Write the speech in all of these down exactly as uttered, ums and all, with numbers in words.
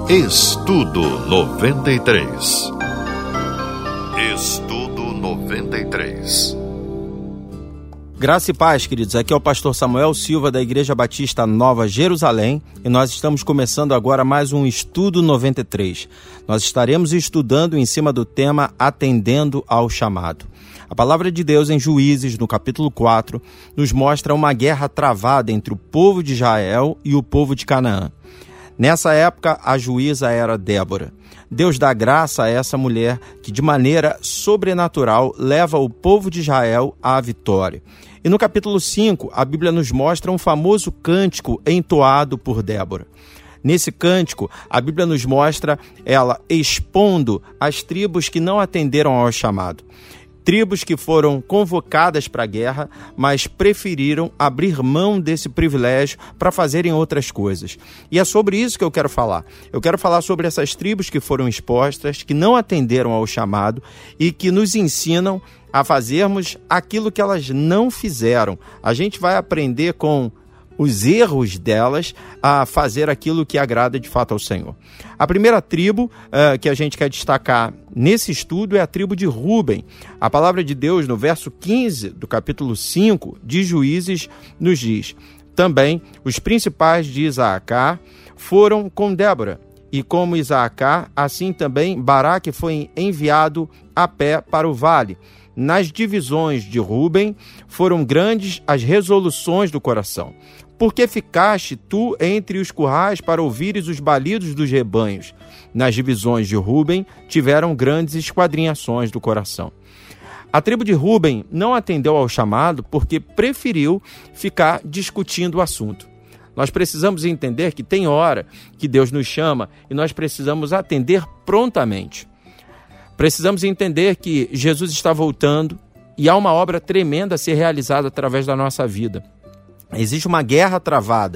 Estudo noventa e três. Estudo noventa e três. Graça e paz, queridos. Aqui é o pastor Samuel Silva, da Igreja Batista Nova Jerusalém, e nós estamos começando agora mais um Estudo noventa e três. Nós estaremos estudando em cima do tema Atendendo ao Chamado. A palavra de Deus em Juízes, no capítulo quatro, nos mostra uma guerra travada entre o povo de Israel e o povo de Canaã. Nessa época, a juíza era Débora. Deus dá graça a essa mulher que, de maneira sobrenatural, leva o povo de Israel à vitória. E no capítulo cinco, a Bíblia nos mostra um famoso cântico entoado por Débora. Nesse cântico, a Bíblia nos mostra ela expondo as tribos que não atenderam ao chamado. Tribos que foram convocadas para a guerra, mas preferiram abrir mão desse privilégio para fazerem outras coisas. E é sobre isso que eu quero falar. Eu quero falar sobre essas tribos que foram expostas, que não atenderam ao chamado e que nos ensinam a fazermos aquilo que elas não fizeram. A gente vai aprender com os erros delas a fazer aquilo que agrada de fato ao Senhor. A primeira tribo uh, que a gente quer destacar nesse estudo é a tribo de Ruben. A palavra de Deus, no verso quinze do capítulo cinco de Juízes, nos diz: também os principais de Isaacá foram com Débora, e como Isaacá, assim também Baraque foi enviado a pé para o vale. Nas divisões de Ruben foram grandes as resoluções do coração. Porque ficaste tu entre os currais para ouvires os balidos dos rebanhos? Nas divisões de Ruben tiveram grandes esquadrinhações do coração. A tribo de Ruben não atendeu ao chamado porque preferiu ficar discutindo o assunto. Nós precisamos entender que tem hora que Deus nos chama e nós precisamos atender prontamente. Precisamos entender que Jesus está voltando e há uma obra tremenda a ser realizada através da nossa vida. Existe uma guerra travada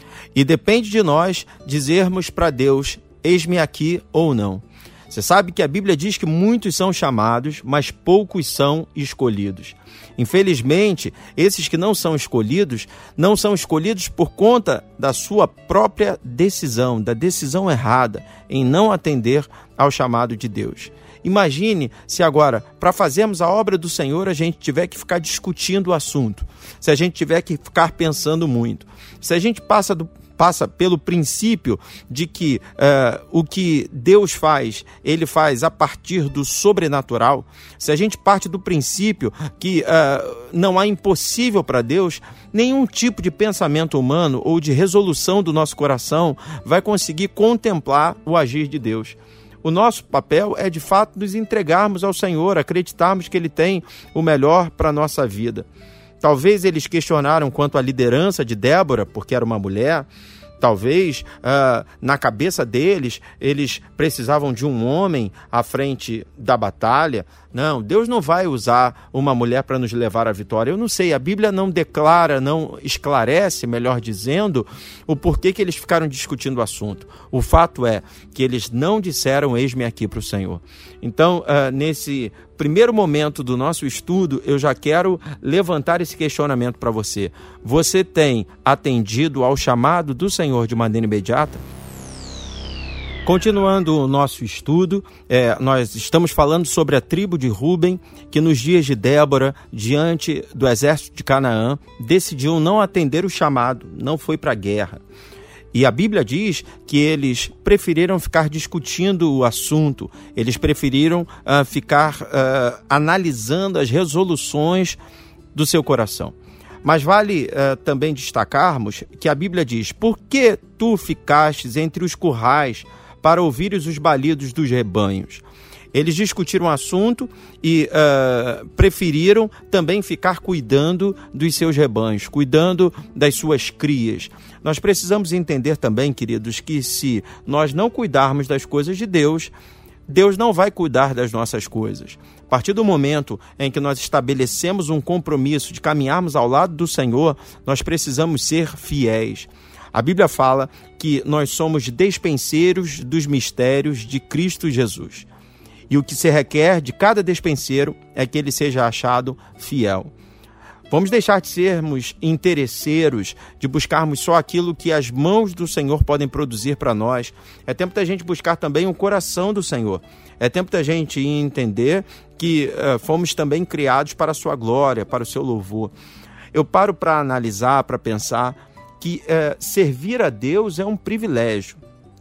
e depende de nós dizermos para Deus: eis-me aqui ou não. Você sabe que a Bíblia diz que muitos são chamados, mas poucos são escolhidos. Infelizmente, esses que não são escolhidos, não são escolhidos por conta da sua própria decisão, da decisão errada em não atender ao chamado de Deus. Imagine se agora, para fazermos a obra do Senhor, a gente tiver que ficar discutindo o assunto, se a gente tiver que ficar pensando muito, se a gente passa, do, passa pelo princípio de que uh, o que Deus faz, Ele faz a partir do sobrenatural, se a gente parte do princípio que uh, não há impossível para Deus, nenhum tipo de pensamento humano ou de resolução do nosso coração vai conseguir contemplar o agir de Deus. O nosso papel é, de fato, nos entregarmos ao Senhor, acreditarmos que Ele tem o melhor para a nossa vida. Talvez eles questionaram quanto à liderança de Débora, porque era uma mulher. Talvez, uh, na cabeça deles, eles precisavam de um homem à frente da batalha. Não, Deus não vai usar uma mulher para nos levar à vitória. Eu não sei, a Bíblia não declara, não esclarece, melhor dizendo, o porquê que eles ficaram discutindo o assunto. O fato é que eles não disseram: eis-me aqui para o Senhor. Então, uh, nesse primeiro momento do nosso estudo, eu já quero levantar esse questionamento para você. Você tem atendido ao chamado do Senhor de maneira imediata? Continuando o nosso estudo, é, nós estamos falando sobre a tribo de Ruben, que nos dias de Débora, diante do exército de Canaã, decidiu não atender o chamado, não foi para a guerra. E a Bíblia diz que eles preferiram ficar discutindo o assunto, eles preferiram uh, ficar uh, analisando as resoluções do seu coração. Mas vale uh, também destacarmos que a Bíblia diz: por que tu ficastes entre os currais para ouvires os balidos dos rebanhos? Eles discutiram o assunto e uh, preferiram também ficar cuidando dos seus rebanhos, cuidando das suas crias. Nós precisamos entender também, queridos, que se nós não cuidarmos das coisas de Deus, Deus não vai cuidar das nossas coisas. A partir do momento em que nós estabelecemos um compromisso de caminharmos ao lado do Senhor, nós precisamos ser fiéis. A Bíblia fala que nós somos despenseiros dos mistérios de Cristo Jesus. E o que se requer de cada despenseiro é que ele seja achado fiel. Vamos deixar de sermos interesseiros, de buscarmos só aquilo que as mãos do Senhor podem produzir para nós. É tempo da gente buscar também o coração do Senhor. É tempo da gente entender que uh, fomos também criados para a sua glória, para o seu louvor. Eu paro para analisar, para pensar que uh, servir a Deus é um privilégio.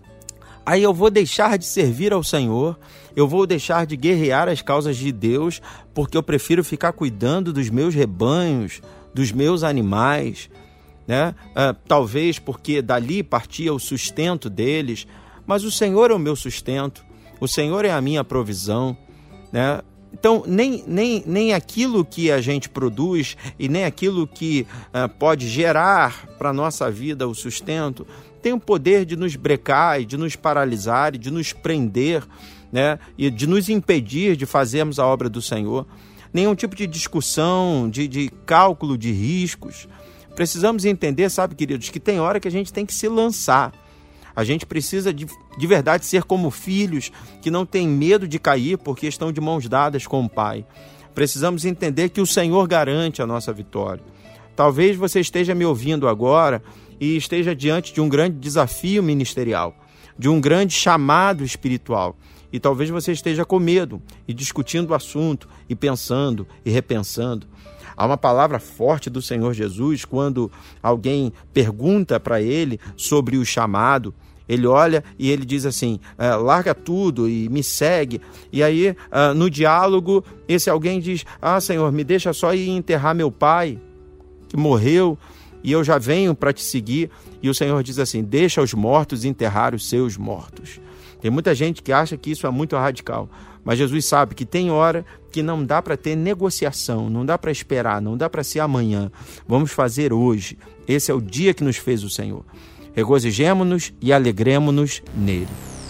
Aí eu vou deixar de servir ao Senhor, eu vou deixar de guerrear as causas de Deus, porque eu prefiro ficar cuidando dos meus rebanhos, dos meus animais, né? Uh, talvez porque dali partia o sustento deles, mas o Senhor é o meu sustento, o Senhor é a minha provisão, né? Então, nem, nem, nem aquilo que a gente produz e nem aquilo que uh, pode gerar para a nossa vida o sustento tem o poder de nos brecar e de nos paralisar e de nos prender, né? E de nos impedir de fazermos a obra do Senhor. Nenhum tipo de discussão, de, de cálculo de riscos. Precisamos entender, sabe, queridos, que tem hora que a gente tem que se lançar. A gente precisa de, de verdade ser como filhos que não têm medo de cair porque estão de mãos dadas com o Pai. Precisamos entender que o Senhor garante a nossa vitória. Talvez você esteja me ouvindo agora e esteja diante de um grande desafio ministerial, de um grande chamado espiritual. E talvez você esteja com medo e discutindo o assunto e pensando e repensando. Há uma palavra forte do Senhor Jesus quando alguém pergunta para ele sobre o chamado. Ele olha e ele diz assim, ah, larga tudo e me segue. E aí, ah, no diálogo, esse alguém diz, ah, Senhor, me deixa só ir enterrar meu pai, que morreu, e eu já venho para te seguir. E o Senhor diz assim, deixa os mortos enterrar os seus mortos. Tem muita gente que acha que isso é muito radical, mas Jesus sabe que tem hora que não dá para ter negociação, não dá para esperar, não dá para ser amanhã. Vamos fazer hoje. Esse é o dia que nos fez o Senhor. Regozijemo-nos e alegremo-nos nele.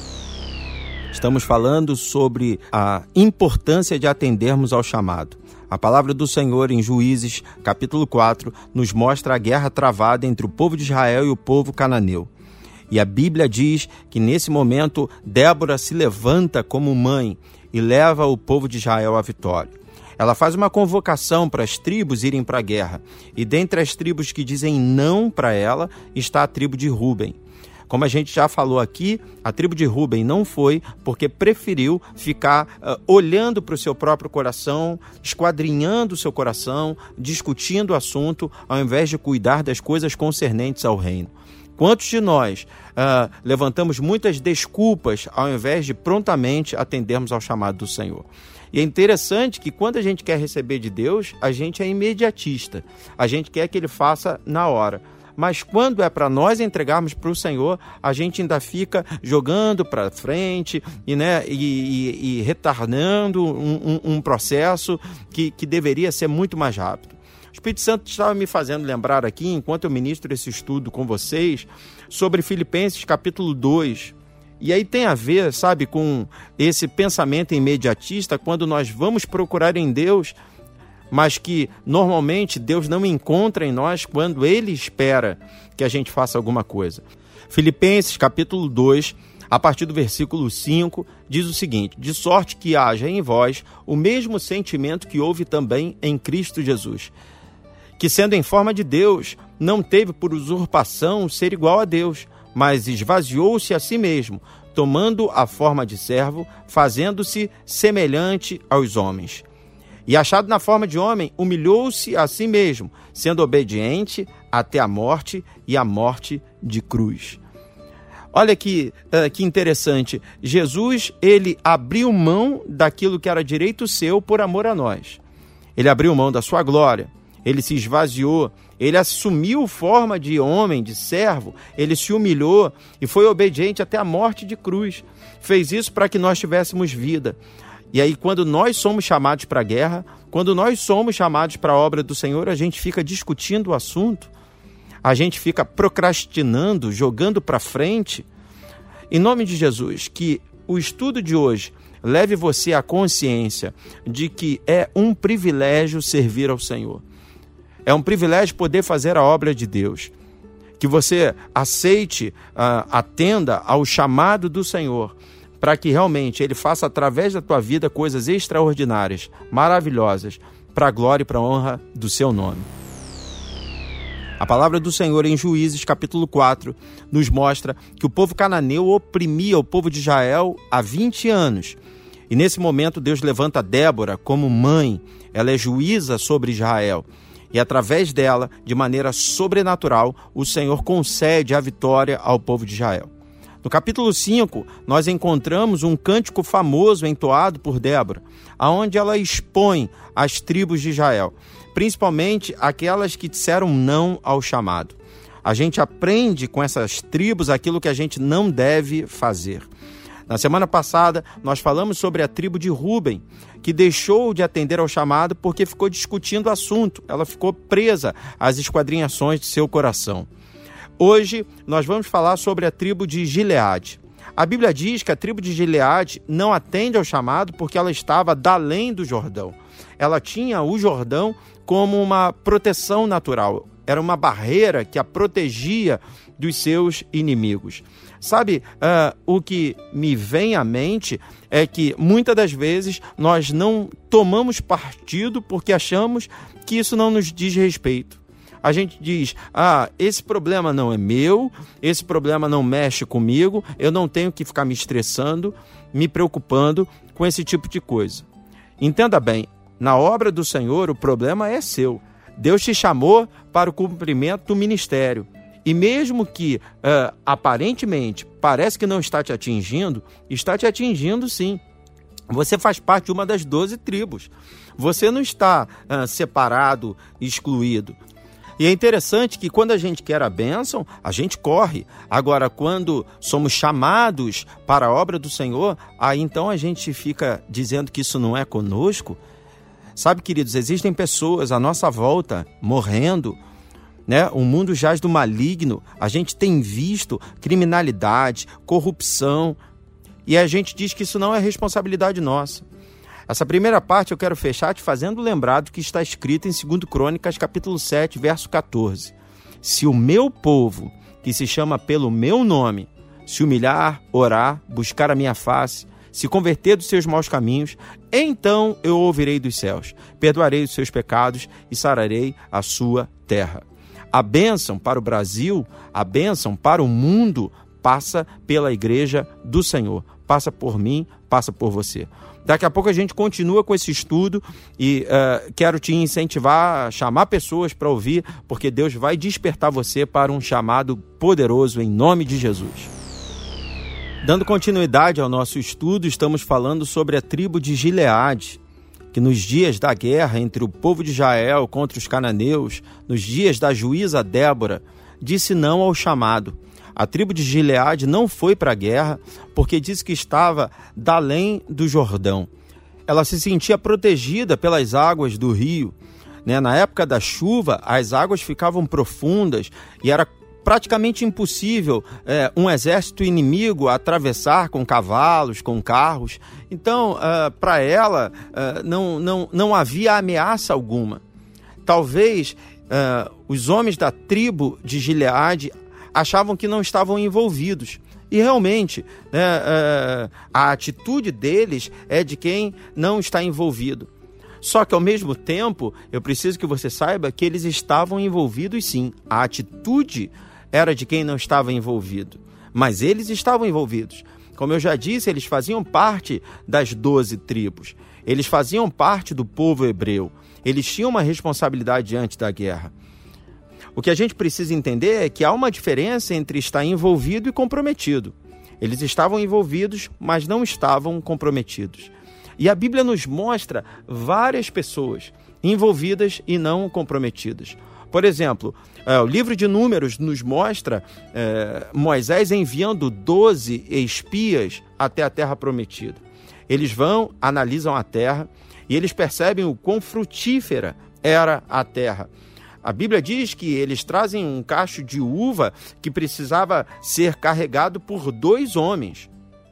Estamos falando sobre a importância de atendermos ao chamado. A palavra do Senhor em Juízes, capítulo quatro, nos mostra a guerra travada entre o povo de Israel e o povo cananeu. E a Bíblia diz que nesse momento Débora se levanta como mãe e leva o povo de Israel à vitória. Ela faz uma convocação para as tribos irem para a guerra. E dentre as tribos que dizem não para ela está a tribo de Ruben. Como a gente já falou aqui, a tribo de Ruben não foi porque preferiu ficar uh, olhando para o seu próprio coração, esquadrinhando o seu coração, discutindo o assunto, ao invés de cuidar das coisas concernentes ao reino. Quantos de nós uh, levantamos muitas desculpas ao invés de prontamente atendermos ao chamado do Senhor? E é interessante que quando a gente quer receber de Deus, a gente é imediatista. A gente quer que Ele faça na hora. Mas quando é para nós entregarmos para o Senhor, a gente ainda fica jogando para frente e, né, e, e, e retardando um, um, um processo que, que deveria ser muito mais rápido. O Espírito Santo estava me fazendo lembrar aqui, enquanto eu ministro esse estudo com vocês, sobre Filipenses capítulo dois. E aí tem a ver, sabe, com esse pensamento imediatista, quando nós vamos procurar em Deus, mas que normalmente Deus não encontra em nós quando Ele espera que a gente faça alguma coisa. Filipenses capítulo dois, a partir do versículo cinco, diz o seguinte: de sorte que haja em vós o mesmo sentimento que houve também em Cristo Jesus, que sendo em forma de Deus, não teve por usurpação ser igual a Deus, mas esvaziou-se a si mesmo, tomando a forma de servo, fazendo-se semelhante aos homens. E achado na forma de homem, humilhou-se a si mesmo, sendo obediente até a morte e a morte de cruz. Olha que, uh, que interessante. Jesus, ele abriu mão daquilo que era direito seu por amor a nós. Ele abriu mão da sua glória. Ele se esvaziou. Ele assumiu forma de homem, de servo. Ele se humilhou e foi obediente até a morte de cruz. Fez isso para que nós tivéssemos vida. E aí, quando nós somos chamados para a guerra, quando nós somos chamados para a obra do Senhor, a gente fica discutindo o assunto, a gente fica procrastinando, jogando para frente. Em nome de Jesus, que o estudo de hoje leve você à consciência de que é um privilégio servir ao Senhor. É um privilégio poder fazer a obra de Deus. Que você aceite, uh, atenda ao chamado do Senhor, para que realmente Ele faça através da tua vida coisas extraordinárias, maravilhosas, para a glória e para a honra do seu nome. A palavra do Senhor em Juízes, capítulo quatro, nos mostra que o povo cananeu oprimia o povo de Israel há vinte anos. E nesse momento Deus levanta Débora como mãe, ela é juíza sobre Israel. E através dela, de maneira sobrenatural, o Senhor concede a vitória ao povo de Israel. No capítulo cinco, nós encontramos um cântico famoso entoado por Débora, onde ela expõe as tribos de Israel, principalmente aquelas que disseram não ao chamado. A gente aprende com essas tribos aquilo que a gente não deve fazer. Na semana passada, nós falamos sobre a tribo de Rúben, que deixou de atender ao chamado porque ficou discutindo o assunto. Ela ficou presa às esquadrinhações de seu coração. Hoje, nós vamos falar sobre a tribo de Gileade. A Bíblia diz que a tribo de Gileade não atende ao chamado porque ela estava da além do Jordão. Ela tinha o Jordão como uma proteção natural. Era uma barreira que a protegia dos seus inimigos. Sabe, uh, o que me vem à mente é que muitas das vezes nós não tomamos partido porque achamos que isso não nos diz respeito. A gente diz, ah, esse problema não é meu, esse problema não mexe comigo, eu não tenho que ficar me estressando, me preocupando com esse tipo de coisa. Entenda bem, na obra do Senhor o problema é seu. Deus te chamou para o cumprimento do ministério. E mesmo que uh, aparentemente parece que não está te atingindo, está te atingindo sim. Você faz parte de uma das doze tribos. Você não está uh, separado, excluído. E é interessante que quando a gente quer a bênção, a gente corre. Agora, quando somos chamados para a obra do Senhor, aí então a gente fica dizendo que isso não é conosco. Sabe, queridos, existem pessoas à nossa volta morrendo, né? O mundo jaz do maligno. A gente tem visto criminalidade, corrupção, e a gente diz que isso não é responsabilidade nossa. Essa primeira parte eu quero fechar te fazendo lembrar do que está escrito em Segunda Crônicas, capítulo sete, verso quatorze. Se o meu povo, que se chama pelo meu nome, se humilhar, orar, buscar a minha face, se converter dos seus maus caminhos, então eu ouvirei dos céus, perdoarei os seus pecados e sararei a sua terra. A bênção para o Brasil, a bênção para o mundo, passa pela igreja do Senhor, passa por mim, passa por você. Daqui a pouco a gente continua com esse estudo e uh, quero te incentivar a chamar pessoas para ouvir, porque Deus vai despertar você para um chamado poderoso em nome de Jesus. Dando continuidade ao nosso estudo, estamos falando sobre a tribo de Gileade, que nos dias da guerra entre o povo de Israel contra os cananeus, nos dias da juíza Débora, disse não ao chamado. A tribo de Gileade não foi para a guerra porque disse que estava da além do Jordão. Ela se sentia protegida pelas águas do rio. Né? Na época da chuva, as águas ficavam profundas e era praticamente impossível é, um exército inimigo atravessar com cavalos, com carros. Então, uh, para ela, uh, não, não, não havia ameaça alguma. Talvez uh, os homens da tribo de Gileade achavam que não estavam envolvidos. E realmente, né, uh, a atitude deles é de quem não está envolvido. Só que, ao mesmo tempo, eu preciso que você saiba que eles estavam envolvidos sim. A atitude era de quem não estava envolvido. Mas eles estavam envolvidos. Como eu já disse, eles faziam parte das doze tribos. Eles faziam parte do povo hebreu. Eles tinham uma responsabilidade diante da guerra. O que a gente precisa entender é que há uma diferença entre estar envolvido e comprometido. Eles estavam envolvidos, mas não estavam comprometidos. E a Bíblia nos mostra várias pessoas envolvidas e não comprometidas. Por exemplo, é, o livro de Números nos mostra é, Moisés enviando doze espias até a terra prometida. Eles vão, analisam a terra e eles percebem o quão frutífera era a terra. A Bíblia diz que eles trazem um cacho de uva que precisava ser carregado por dois homens.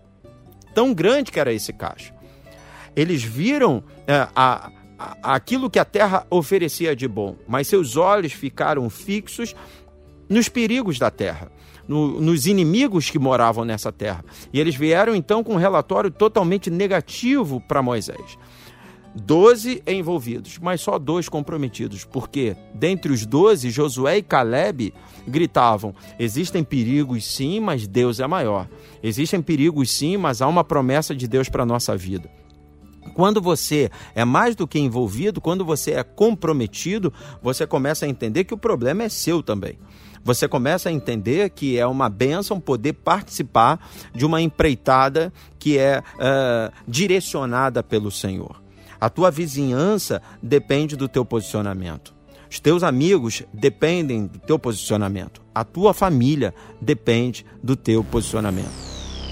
Tão grande que era esse cacho. Eles viram é, a, a, aquilo que a terra oferecia de bom, mas seus olhos ficaram fixos nos perigos da terra, no, nos inimigos que moravam nessa terra. E eles vieram então com um relatório totalmente negativo para Moisés. doze envolvidos, mas só dois comprometidos, porque dentre os doze, Josué e Caleb gritavam: existem perigos sim, mas Deus é maior. Existem perigos sim, mas há uma promessa de Deus para a nossa vida. Quando você é mais do que envolvido, quando você é comprometido, você começa a entender que o problema é seu também. Você começa a entender que é uma bênção poder participar de uma empreitada que é uh, direcionada pelo Senhor. A tua vizinhança depende do teu posicionamento. Os teus amigos dependem do teu posicionamento. A tua família depende do teu posicionamento.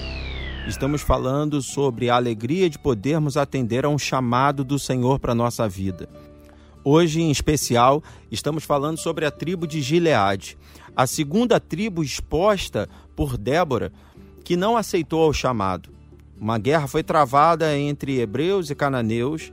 Estamos falando sobre a alegria de podermos atender a um chamado do Senhor para a nossa vida. Hoje, em especial, estamos falando sobre a tribo de Gileade, a segunda tribo exposta por Débora, que não aceitou o chamado. Uma guerra foi travada entre hebreus e cananeus,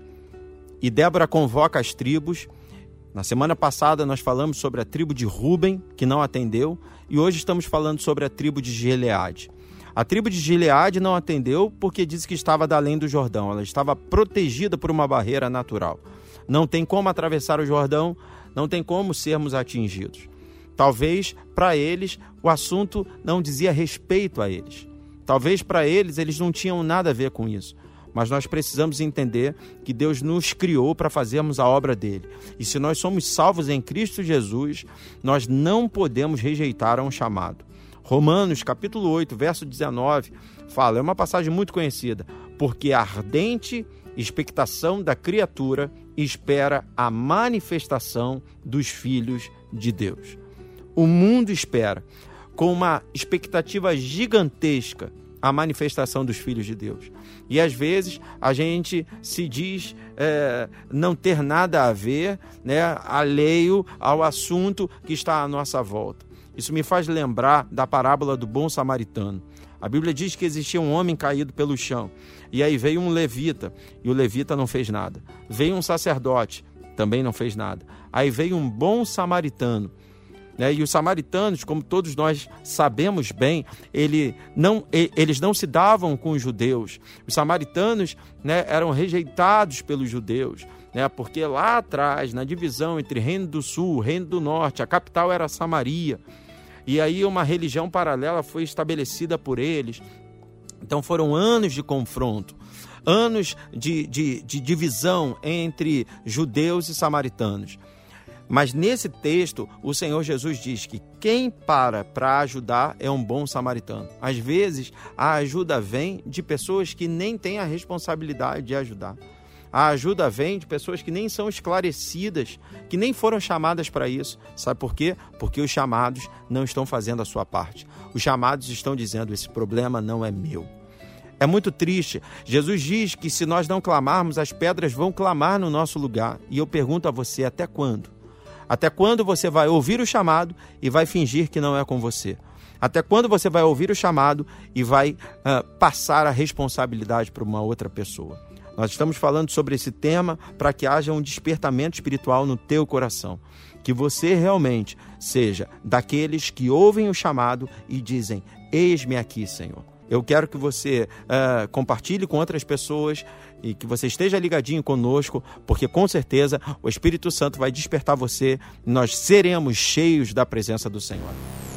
e Débora convoca as tribos. Na semana passada nós falamos sobre a tribo de Ruben, que não atendeu, e hoje estamos falando sobre a tribo de Gileade. A tribo de Gileade não atendeu porque disse que estava da além do Jordão, ela estava protegida por uma barreira natural. Não tem como atravessar o Jordão, não tem como sermos atingidos. Talvez para eles o assunto não dizia respeito a eles. Talvez para eles eles não tinham nada a ver com isso. Mas nós precisamos entender que Deus nos criou para fazermos a obra dele. E se nós somos salvos em Cristo Jesus, nós não podemos rejeitar um chamado. Romanos, capítulo oito, verso dezenove, fala, é uma passagem muito conhecida, porque a ardente expectação da criatura espera a manifestação dos filhos de Deus. O mundo espera, com uma expectativa gigantesca, a manifestação dos filhos de Deus. E às vezes a gente se diz é, não ter nada a ver, né, alheio ao assunto que está à nossa volta. Isso me faz lembrar da parábola do bom samaritano. A Bíblia diz que existia um homem caído pelo chão, e aí veio um levita, e o levita não fez nada. Veio um sacerdote, também não fez nada. Aí veio um bom samaritano, né? E os samaritanos, como todos nós sabemos bem, ele não, eles não se davam com os judeus. Os samaritanos, né, eram rejeitados pelos judeus, né, porque lá atrás, na divisão entre Reino do Sul e Reino do Norte, a capital era Samaria. E aí uma religião paralela foi estabelecida por eles. Então foram anos de confronto, anos de, de, de divisão entre judeus e samaritanos. Mas nesse texto, o Senhor Jesus diz que quem para para ajudar é um bom samaritano. Às vezes, a ajuda vem de pessoas que nem têm a responsabilidade de ajudar. A ajuda vem de pessoas que nem são esclarecidas, que nem foram chamadas para isso. Sabe por quê? Porque os chamados não estão fazendo a sua parte. Os chamados estão dizendo, esse problema não é meu. É muito triste. Jesus diz que se nós não clamarmos, as pedras vão clamar no nosso lugar. E eu pergunto a você, até quando? Até quando você vai ouvir o chamado e vai fingir que não é com você? Até quando você vai ouvir o chamado e vai uh, passar a responsabilidade para uma outra pessoa? Nós estamos falando sobre esse tema para que haja um despertamento espiritual no teu coração. Que você realmente seja daqueles que ouvem o chamado e dizem, eis-me aqui, Senhor. Eu quero que você uh, compartilhe com outras pessoas e que você esteja ligadinho conosco, porque com certeza o Espírito Santo vai despertar você e nós seremos cheios da presença do Senhor.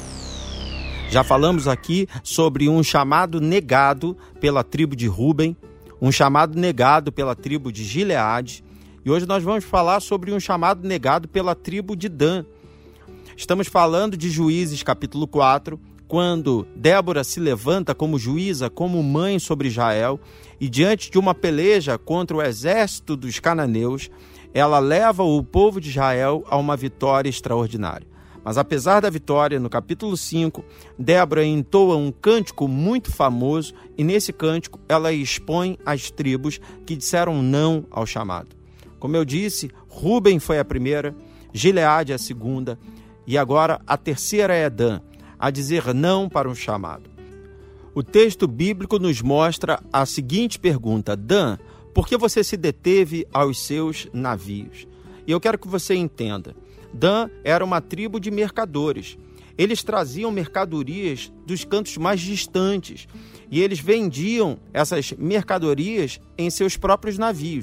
Já falamos aqui sobre um chamado negado pela tribo de Ruben, um chamado negado pela tribo de Gileade, e hoje nós vamos falar sobre um chamado negado pela tribo de Dan. Estamos falando de Juízes capítulo quatro, quando Débora se levanta como juíza, como mãe sobre Israel, e diante de uma peleja contra o exército dos cananeus, ela leva o povo de Israel a uma vitória extraordinária. Mas apesar da vitória, no capítulo cinco, Débora entoa um cântico muito famoso, e nesse cântico ela expõe as tribos que disseram não ao chamado. Como eu disse, Ruben foi a primeira, Gileade a segunda, e agora a terceira é Dan, a dizer não para um chamado. O texto bíblico nos mostra a seguinte pergunta: Dan, por que você se deteve aos seus navios? E eu quero que você entenda, Dan era uma tribo de mercadores. Eles traziam mercadorias dos cantos mais distantes e eles vendiam essas mercadorias em seus próprios navios.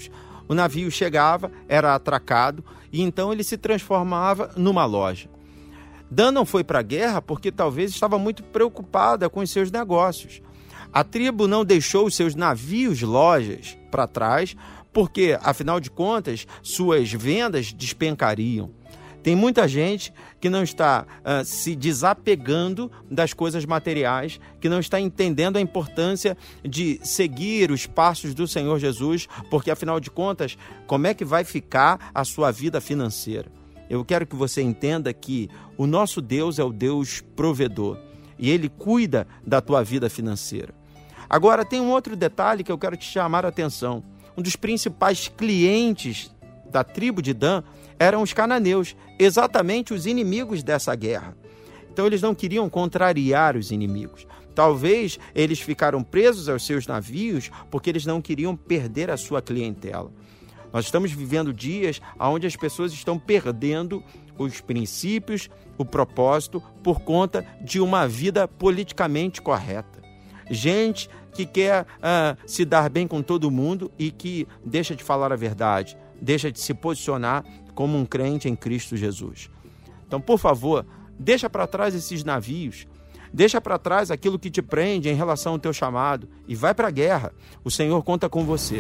o navio chegava, era atracado e então ele se transformava numa loja. Dan não foi para a guerra porque talvez estava muito preocupada com os seus negócios. A tribo não deixou os seus navios, lojas, para trás porque, afinal de contas, suas vendas despencariam. Tem muita gente que não está uh, se desapegando das coisas materiais, que não está entendendo a importância de seguir os passos do Senhor Jesus, porque, afinal de contas, como é que vai ficar a sua vida financeira? Eu quero que você entenda que o nosso Deus é o Deus provedor e Ele cuida da tua vida financeira. Agora, tem um outro detalhe que eu quero te chamar a atenção. Um dos principais clientes da tribo de Dan eram os cananeus, exatamente os inimigos dessa guerra. Então eles não queriam contrariar os inimigos. Talvez eles ficaram presos aos seus navios porque eles não queriam perder a sua clientela. Nós estamos vivendo dias onde as pessoas estão perdendo os princípios, o propósito, por conta de uma vida politicamente correta. Gente que quer uh, se dar bem com todo mundo e que deixa de falar a verdade, deixa de se posicionar como um crente em Cristo Jesus. Então, por favor, deixa para trás esses navios, deixa para trás aquilo que te prende em relação ao teu chamado e vai para a guerra. O Senhor conta com você.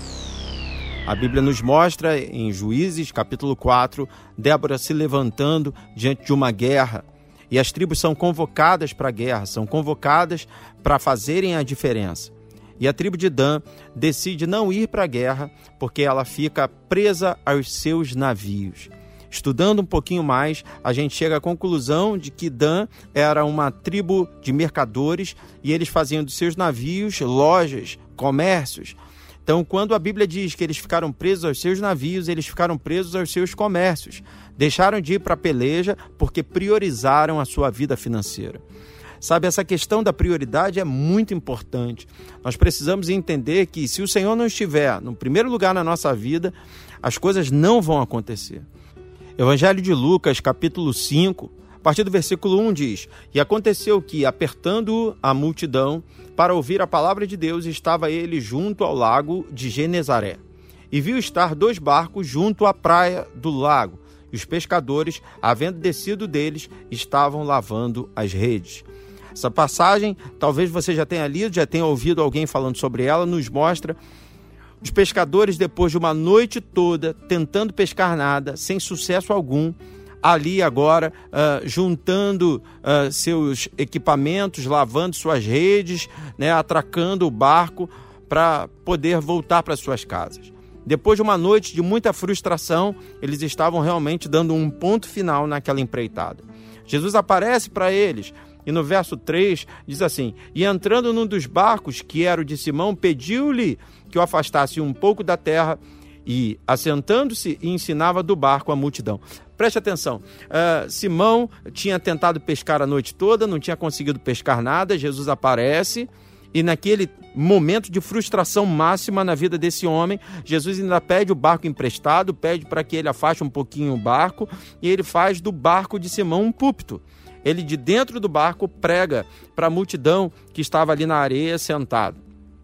A Bíblia nos mostra em Juízes, capítulo quatro, Débora se levantando diante de uma guerra. E as tribos são convocadas para a guerra, são convocadas para fazerem a diferença. E a tribo de Dan decide não ir para a guerra porque ela fica presa aos seus navios. Estudando um pouquinho mais, a gente chega à conclusão de que Dan era uma tribo de mercadores e eles faziam dos seus navios lojas, comércios. Então, quando a Bíblia diz que eles ficaram presos aos seus navios, eles ficaram presos aos seus comércios. Deixaram de ir para a peleja porque priorizaram a sua vida financeira. Sabe, essa questão da prioridade é muito importante. Nós precisamos entender que se o Senhor não estiver no primeiro lugar na nossa vida, as coisas não vão acontecer. Evangelho de Lucas, capítulo cinco, a partir do versículo um diz: E aconteceu que, apertando a multidão para ouvir a palavra de Deus, estava ele junto ao lago de Genezaré. E viu estar dois barcos junto à praia do lago. E os pescadores, havendo descido deles, estavam lavando as redes. Essa passagem, talvez você já tenha lido, já tenha ouvido alguém falando sobre ela, nos mostra os pescadores, depois de uma noite toda, tentando pescar nada, sem sucesso algum, ali agora, uh, juntando uh, seus equipamentos, lavando suas redes, né, atracando o barco para poder voltar para suas casas. Depois de uma noite de muita frustração, eles estavam realmente dando um ponto final naquela empreitada. Jesus aparece para eles e no verso três diz assim: E entrando num dos barcos, que era o de Simão, pediu-lhe que o afastasse um pouco da terra e, assentando-se, ensinava do barco a multidão. Preste atenção, uh, Simão tinha tentado pescar a noite toda, não tinha conseguido pescar nada, Jesus aparece e naquele momento de frustração máxima na vida desse homem, Jesus ainda pede o barco emprestado, pede para que ele afaste um pouquinho o barco e ele faz do barco de Simão um púlpito. Ele de dentro do barco prega para a multidão que estava ali na areia sentado.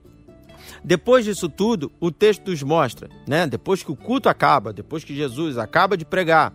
Depois disso tudo, o texto nos mostra, né? Depois que o culto acaba, depois que Jesus acaba de pregar,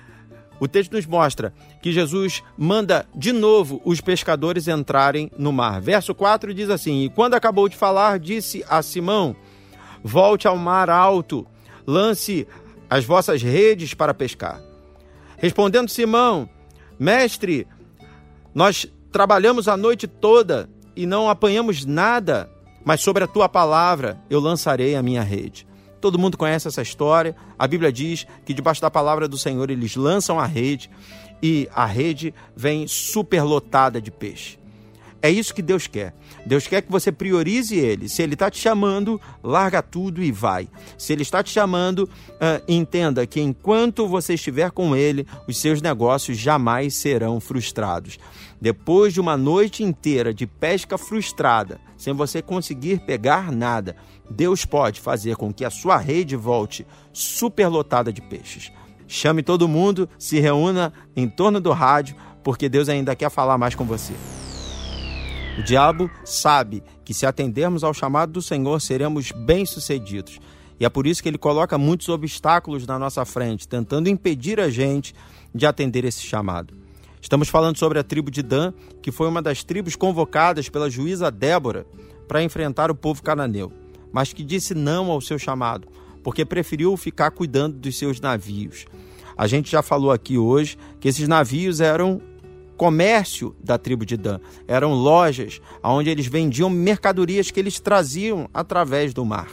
o texto nos mostra que Jesus manda de novo os pescadores entrarem no mar. Verso quatro diz assim: E quando acabou de falar, disse a Simão: Volte ao mar alto, lance as vossas redes para pescar. Respondendo Simão: Mestre, nós trabalhamos a noite toda e não apanhamos nada, mas sobre a tua palavra eu lançarei a minha rede. Todo mundo conhece essa história. A Bíblia diz que debaixo da palavra do Senhor eles lançam a rede e a rede vem superlotada de peixe. É isso que Deus quer. Deus quer que você priorize Ele. Se Ele está te chamando, larga tudo e vai. Se Ele está te chamando, uh, entenda que enquanto você estiver com Ele, os seus negócios jamais serão frustrados. Depois de uma noite inteira de pesca frustrada, sem você conseguir pegar nada, Deus pode fazer com que a sua rede volte superlotada de peixes. Chame todo mundo, se reúna em torno do rádio, porque Deus ainda quer falar mais com você. O diabo sabe que se atendermos ao chamado do Senhor, seremos bem-sucedidos. E é por isso que ele coloca muitos obstáculos na nossa frente, tentando impedir a gente de atender esse chamado. Estamos falando sobre a tribo de Dan, que foi uma das tribos convocadas pela juíza Débora para enfrentar o povo cananeu, mas que disse não ao seu chamado, porque preferiu ficar cuidando dos seus navios. A gente já falou aqui hoje que esses navios eram comércio da tribo de Dan, eram lojas onde eles vendiam mercadorias que eles traziam através do mar.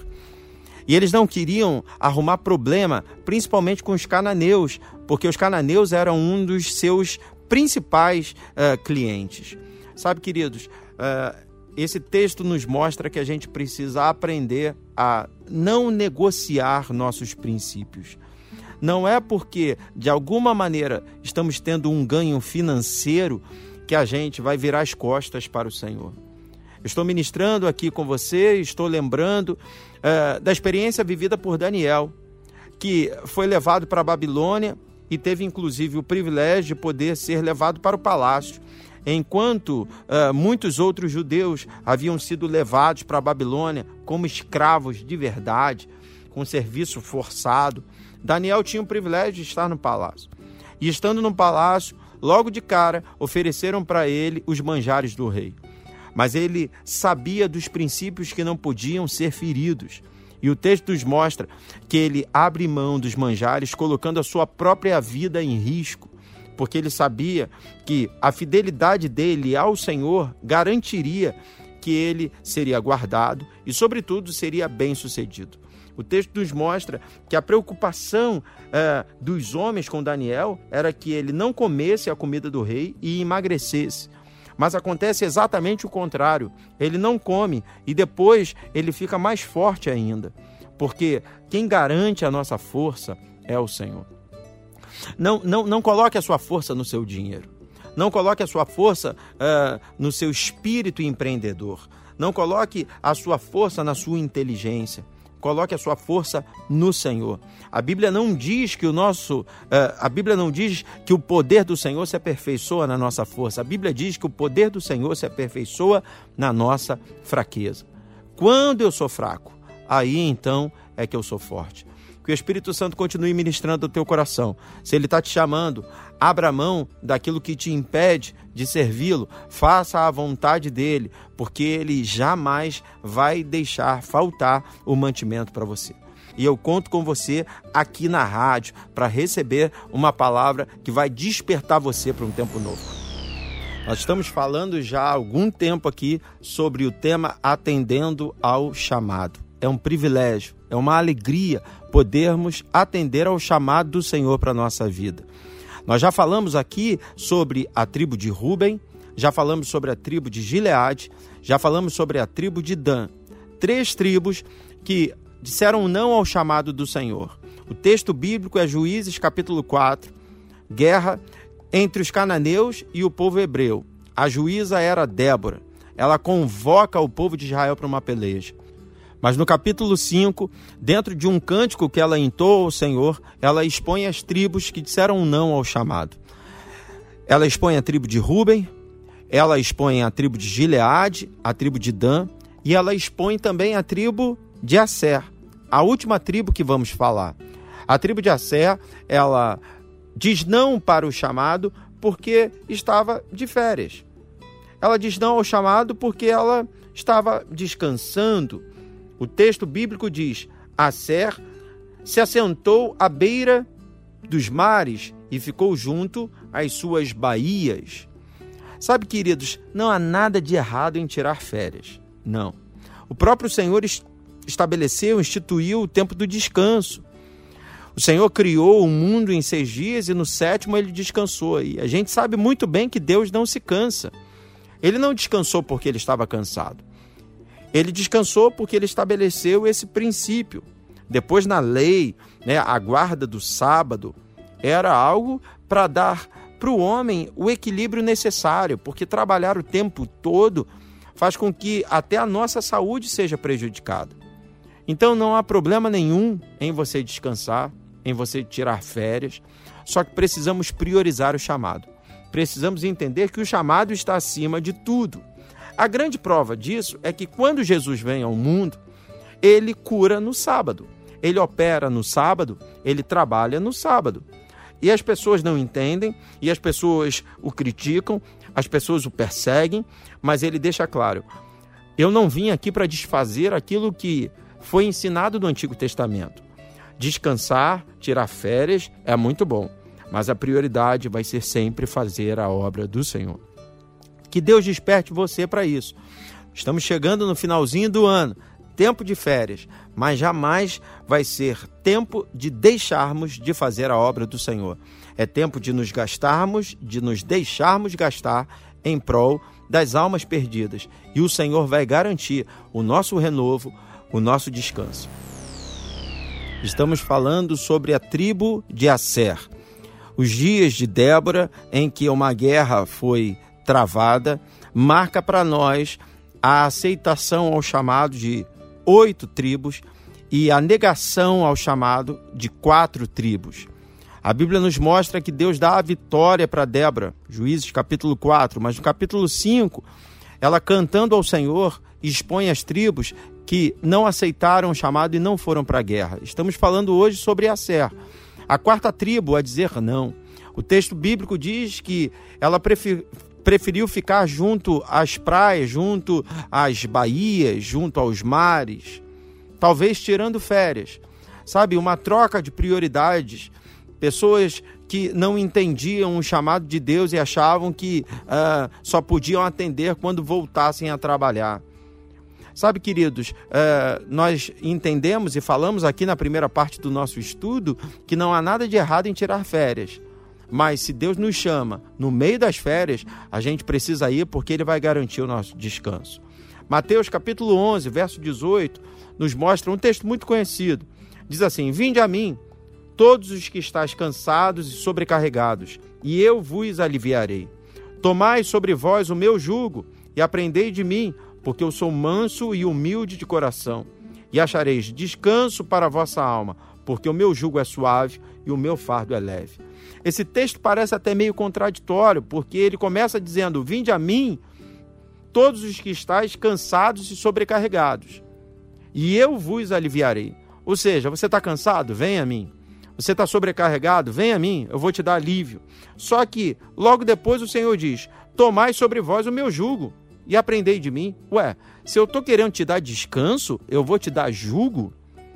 E eles não queriam arrumar problema, principalmente com os cananeus, porque os cananeus eram um dos seus principais uh, clientes. Sabe, queridos, uh, esse texto nos mostra que a gente precisa aprender a não negociar nossos princípios. Não é porque, de alguma maneira, estamos tendo um ganho financeiro que a gente vai virar as costas para o Senhor. Estou ministrando aqui com você, estou lembrando uh, da experiência vivida por Daniel, que foi levado para a Babilônia e teve inclusive o privilégio de poder ser levado para o palácio, enquanto uh, muitos outros judeus haviam sido levados para a Babilônia como escravos de verdade, com serviço forçado. Daniel tinha o privilégio de estar no palácio. E estando no palácio, logo de cara, ofereceram para ele os manjares do rei. Mas ele sabia dos princípios que não podiam ser feridos. E o texto nos mostra que ele abre mão dos manjares, colocando a sua própria vida em risco, porque ele sabia que a fidelidade dele ao Senhor garantiria que ele seria guardado e, sobretudo, seria bem-sucedido. O texto nos mostra que a preocupação é, dos homens com Daniel era que ele não comesse a comida do rei e emagrecesse. Mas acontece exatamente o contrário. Ele não come e depois ele fica mais forte ainda, porque quem garante a nossa força é o Senhor. Não, não, não coloque a sua força no seu dinheiro. Não coloque a sua força uh, no seu espírito empreendedor. Não coloque a sua força na sua inteligência. Coloque a sua força no Senhor. A Bíblia não diz que o nosso, uh, a Bíblia não diz que o poder do Senhor se aperfeiçoa na nossa força. A Bíblia diz que o poder do Senhor se aperfeiçoa na nossa fraqueza. Quando eu sou fraco, aí então é que eu sou forte. Que o Espírito Santo continue ministrando o teu coração. Se Ele está te chamando, abra mão daquilo que te impede de servi-lo. Faça a vontade dEle, porque Ele jamais vai deixar faltar o mantimento para você. E eu conto com você aqui na rádio para receber uma palavra que vai despertar você para um tempo novo. Nós estamos falando já há algum tempo aqui sobre o tema atendendo ao chamado. É um privilégio, é uma alegria podermos atender ao chamado do Senhor para a nossa vida. Nós já falamos aqui sobre a tribo de Ruben, já falamos sobre a tribo de Gileade, já falamos sobre a tribo de Dan. Três tribos que disseram não ao chamado do Senhor. O texto bíblico é Juízes capítulo quatro, guerra entre os cananeus e o povo hebreu. A juíza era Débora. Ela convoca o povo de Israel para uma peleja. Mas no capítulo cinco, dentro de um cântico que ela entoa ao Senhor, ela expõe as tribos que disseram não ao chamado. Ela expõe a tribo de Ruben, ela expõe a tribo de Gileade, a tribo de Dan, e ela expõe também a tribo de Asser, a última tribo que vamos falar. A tribo de Asser, ela diz não para o chamado porque estava de férias. Ela diz não ao chamado porque ela estava descansando. O texto bíblico diz: Asser se assentou à beira dos mares e ficou junto às suas baías. Sabe, queridos, não há nada de errado em tirar férias. Não. O próprio Senhor estabeleceu, instituiu o tempo do descanso. O Senhor criou o mundo em seis dias e no sétimo ele descansou. E a gente sabe muito bem que Deus não se cansa. Ele não descansou porque ele estava cansado. Ele descansou porque ele estabeleceu esse princípio. Depois, na lei, né, a guarda do sábado era algo para dar para o homem o equilíbrio necessário, porque trabalhar o tempo todo faz com que até a nossa saúde seja prejudicada. Então não há problema nenhum em você descansar, em você tirar férias, só que precisamos priorizar o chamado. Precisamos entender que o chamado está acima de tudo. A grande prova disso é que quando Jesus vem ao mundo, ele cura no sábado. ele opera no sábado, ele trabalha no sábado. E as pessoas não entendem, e as pessoas o criticam, as pessoas o perseguem, mas ele deixa claro: eu não vim aqui para desfazer aquilo que foi ensinado no Antigo Testamento. Descansar, tirar férias é muito bom, mas a prioridade vai ser sempre fazer a obra do Senhor. Que Deus desperte você para isso. Estamos chegando no finalzinho do ano, tempo de férias, mas jamais vai ser tempo de deixarmos de fazer a obra do Senhor. É tempo de nos gastarmos, de nos deixarmos gastar em prol das almas perdidas. E o Senhor vai garantir o nosso renovo, o nosso descanso. Estamos falando sobre a tribo de Asser. Os dias de Débora, em que uma guerra foi travada, marca para nós a aceitação ao chamado de oito tribos e a negação ao chamado de quatro tribos. A Bíblia nos mostra que Deus dá a vitória para Débora, Juízes capítulo quatro, mas no capítulo cinco, ela cantando ao Senhor, expõe as tribos que não aceitaram o chamado e não foram para a guerra. Estamos falando hoje sobre Asser, a quarta tribo a dizer não. O texto bíblico diz que ela preferiu preferiu ficar junto às praias, junto às baías, junto aos mares, talvez tirando férias. Sabe, uma troca de prioridades. Pessoas que não entendiam o chamado de Deus e achavam que uh, só podiam atender quando voltassem a trabalhar. Sabe, queridos, uh, nós entendemos e falamos aqui na primeira parte do nosso estudo que não há nada de errado em tirar férias. Mas se Deus nos chama no meio das férias, a gente precisa ir porque Ele vai garantir o nosso descanso. Mateus capítulo onze, verso dezoito, nos mostra um texto muito conhecido. Diz assim: vinde a mim, todos os que estáis cansados e sobrecarregados, e eu vos aliviarei. Tomai sobre vós o meu jugo e aprendei de mim, porque eu sou manso e humilde de coração, e achareis descanso para a vossa alma, porque o meu jugo é suave e o meu fardo é leve. Esse texto parece até meio contraditório, porque ele começa dizendo: vinde a mim, todos os que estáis cansados e sobrecarregados, e eu vos aliviarei. Ou seja, você está cansado? Vem a mim. Você está sobrecarregado? Vem a mim, eu vou te dar alívio. Só que, logo depois o Senhor diz: tomai sobre vós o meu jugo e aprendei de mim. Ué, se eu estou querendo te dar descanso, eu vou te dar jugo?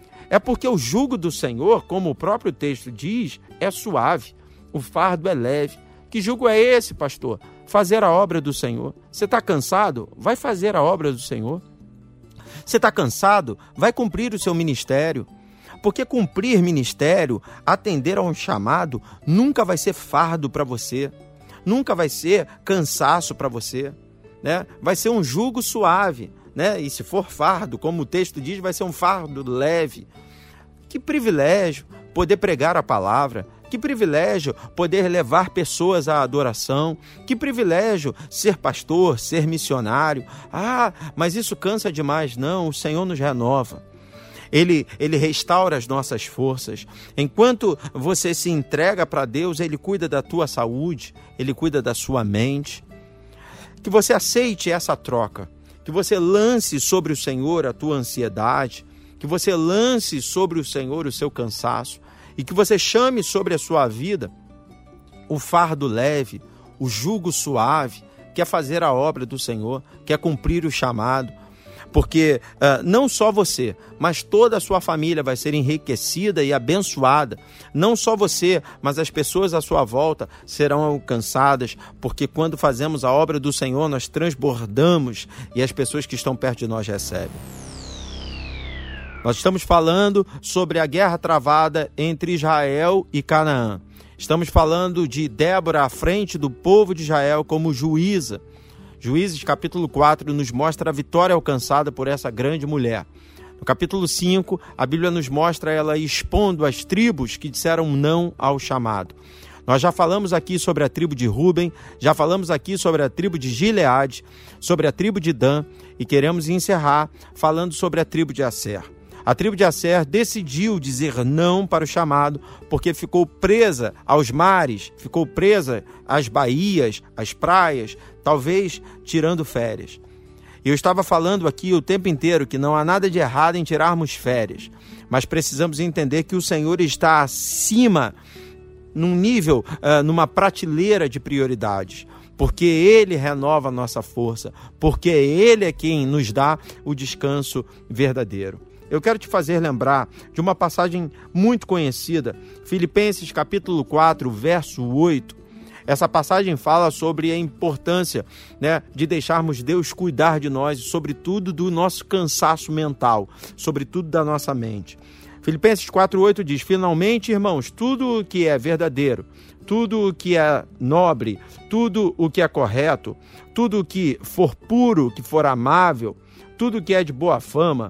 É porque o jugo do Senhor, como o próprio texto diz, é suave, o fardo é leve. Que jugo é esse, pastor? Fazer a obra do Senhor. Você está cansado? Vai fazer a obra do Senhor. Você está cansado? Vai cumprir o seu ministério. Porque cumprir ministério, atender a um chamado, nunca vai ser fardo para você. Nunca vai ser cansaço para você, né? Vai ser um jugo suave, né? E se for fardo, como o texto diz, vai ser um fardo leve. Que privilégio poder pregar a palavra. Que privilégio poder levar pessoas à adoração. Que privilégio ser pastor, ser missionário. Ah, mas isso cansa demais. Não, o Senhor nos renova. Ele, ele restaura as nossas forças. Enquanto você se entrega para Deus, Ele cuida da tua saúde, Ele cuida da sua mente. Que você aceite essa troca. Que você lance sobre o Senhor a tua ansiedade. Que você lance sobre o Senhor o seu cansaço. E que você chame sobre a sua vida o fardo leve, o jugo suave, que é fazer a obra do Senhor, que é cumprir o chamado. Porque uh, não só você, mas toda a sua família vai ser enriquecida e abençoada. Não só você, mas as pessoas à sua volta serão alcançadas, porque quando fazemos a obra do Senhor, nós transbordamos e as pessoas que estão perto de nós recebem. Nós estamos falando sobre a guerra travada entre Israel e Canaã. Estamos falando de Débora à frente do povo de Israel como juíza. Juízes capítulo quatro nos mostra a vitória alcançada por essa grande mulher. No capítulo cinco, a Bíblia nos mostra ela expondo as tribos que disseram não ao chamado. Nós já falamos aqui sobre a tribo de Ruben, já falamos aqui sobre a tribo de Gileade, sobre a tribo de Dan e queremos encerrar falando sobre a tribo de Asser. A tribo de Asser decidiu dizer não para o chamado porque ficou presa aos mares, ficou presa às baías, às praias, talvez tirando férias. Eu estava falando aqui o tempo inteiro que não há nada de errado em tirarmos férias, mas precisamos entender que o Senhor está acima, num nível, uh, numa prateleira de prioridades, porque Ele renova a nossa força, porque Ele é quem nos dá o descanso verdadeiro. Eu quero te fazer lembrar de uma passagem muito conhecida, Filipenses capítulo quatro, verso oito. Essa passagem fala sobre a importância, né, de deixarmos Deus cuidar de nós, sobretudo do nosso cansaço mental, sobretudo da nossa mente. Filipenses quatro, oito diz: finalmente, irmãos, tudo o que é verdadeiro, tudo o que é nobre, tudo o que é correto, tudo o que for puro, que for amável, tudo o que é de boa fama,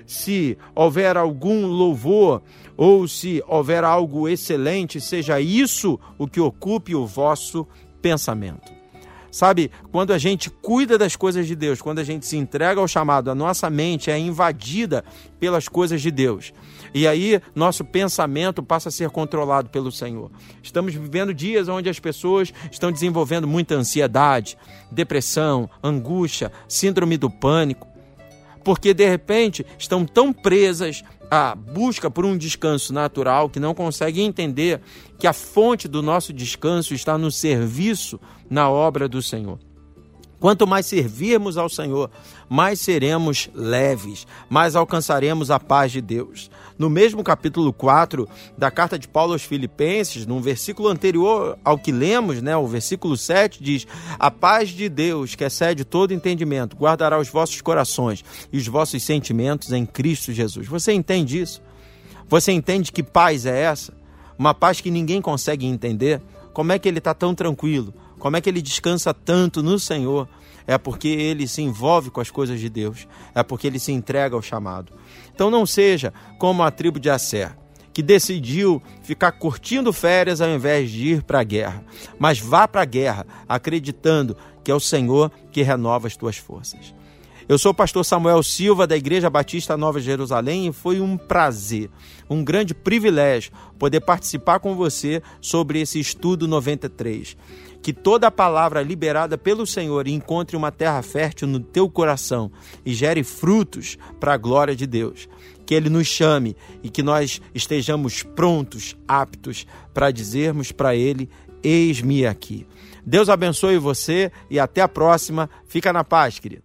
se houver algum louvor ou se houver algo excelente, seja isso o que ocupe o vosso pensamento. Sabe, quando a gente cuida das coisas de Deus, quando a gente se entrega ao chamado, a nossa mente é invadida pelas coisas de Deus. E aí, nosso pensamento passa a ser controlado pelo Senhor. Estamos vivendo dias onde as pessoas estão desenvolvendo muita ansiedade, depressão, angústia, síndrome do pânico, porque de repente estão tão presas à busca por um descanso natural que não conseguem entender que a fonte do nosso descanso está no serviço na obra do Senhor. Quanto mais servirmos ao Senhor, mais seremos leves, mais alcançaremos a paz de Deus. No mesmo capítulo quatro da carta de Paulo aos Filipenses, num versículo anterior ao que lemos, né, o versículo sete diz: a paz de Deus, que excede todo entendimento, guardará os vossos corações e os vossos sentimentos em Cristo Jesus. Você entende isso? Você entende que paz é essa? Uma paz que ninguém consegue entender? Como é que ele está tão tranquilo? Como é que ele descansa tanto no Senhor? É porque ele se envolve com as coisas de Deus. É porque ele se entrega ao chamado. Então não seja como a tribo de Asser, que decidiu ficar curtindo férias ao invés de ir para a guerra. Mas vá para a guerra acreditando que é o Senhor que renova as tuas forças. Eu sou o pastor Samuel Silva, da Igreja Batista Nova Jerusalém, e foi um prazer, um grande privilégio poder participar com você sobre esse estudo noventa e três. Que toda a palavra liberada pelo Senhor encontre uma terra fértil no teu coração e gere frutos para a glória de Deus. Que Ele nos chame e que nós estejamos prontos, aptos para dizermos para Ele: eis-me aqui. Deus abençoe você e até a próxima. Fica na paz, querido.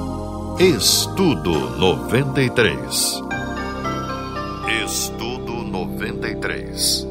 Estudo noventa e três. Estudo noventa e três.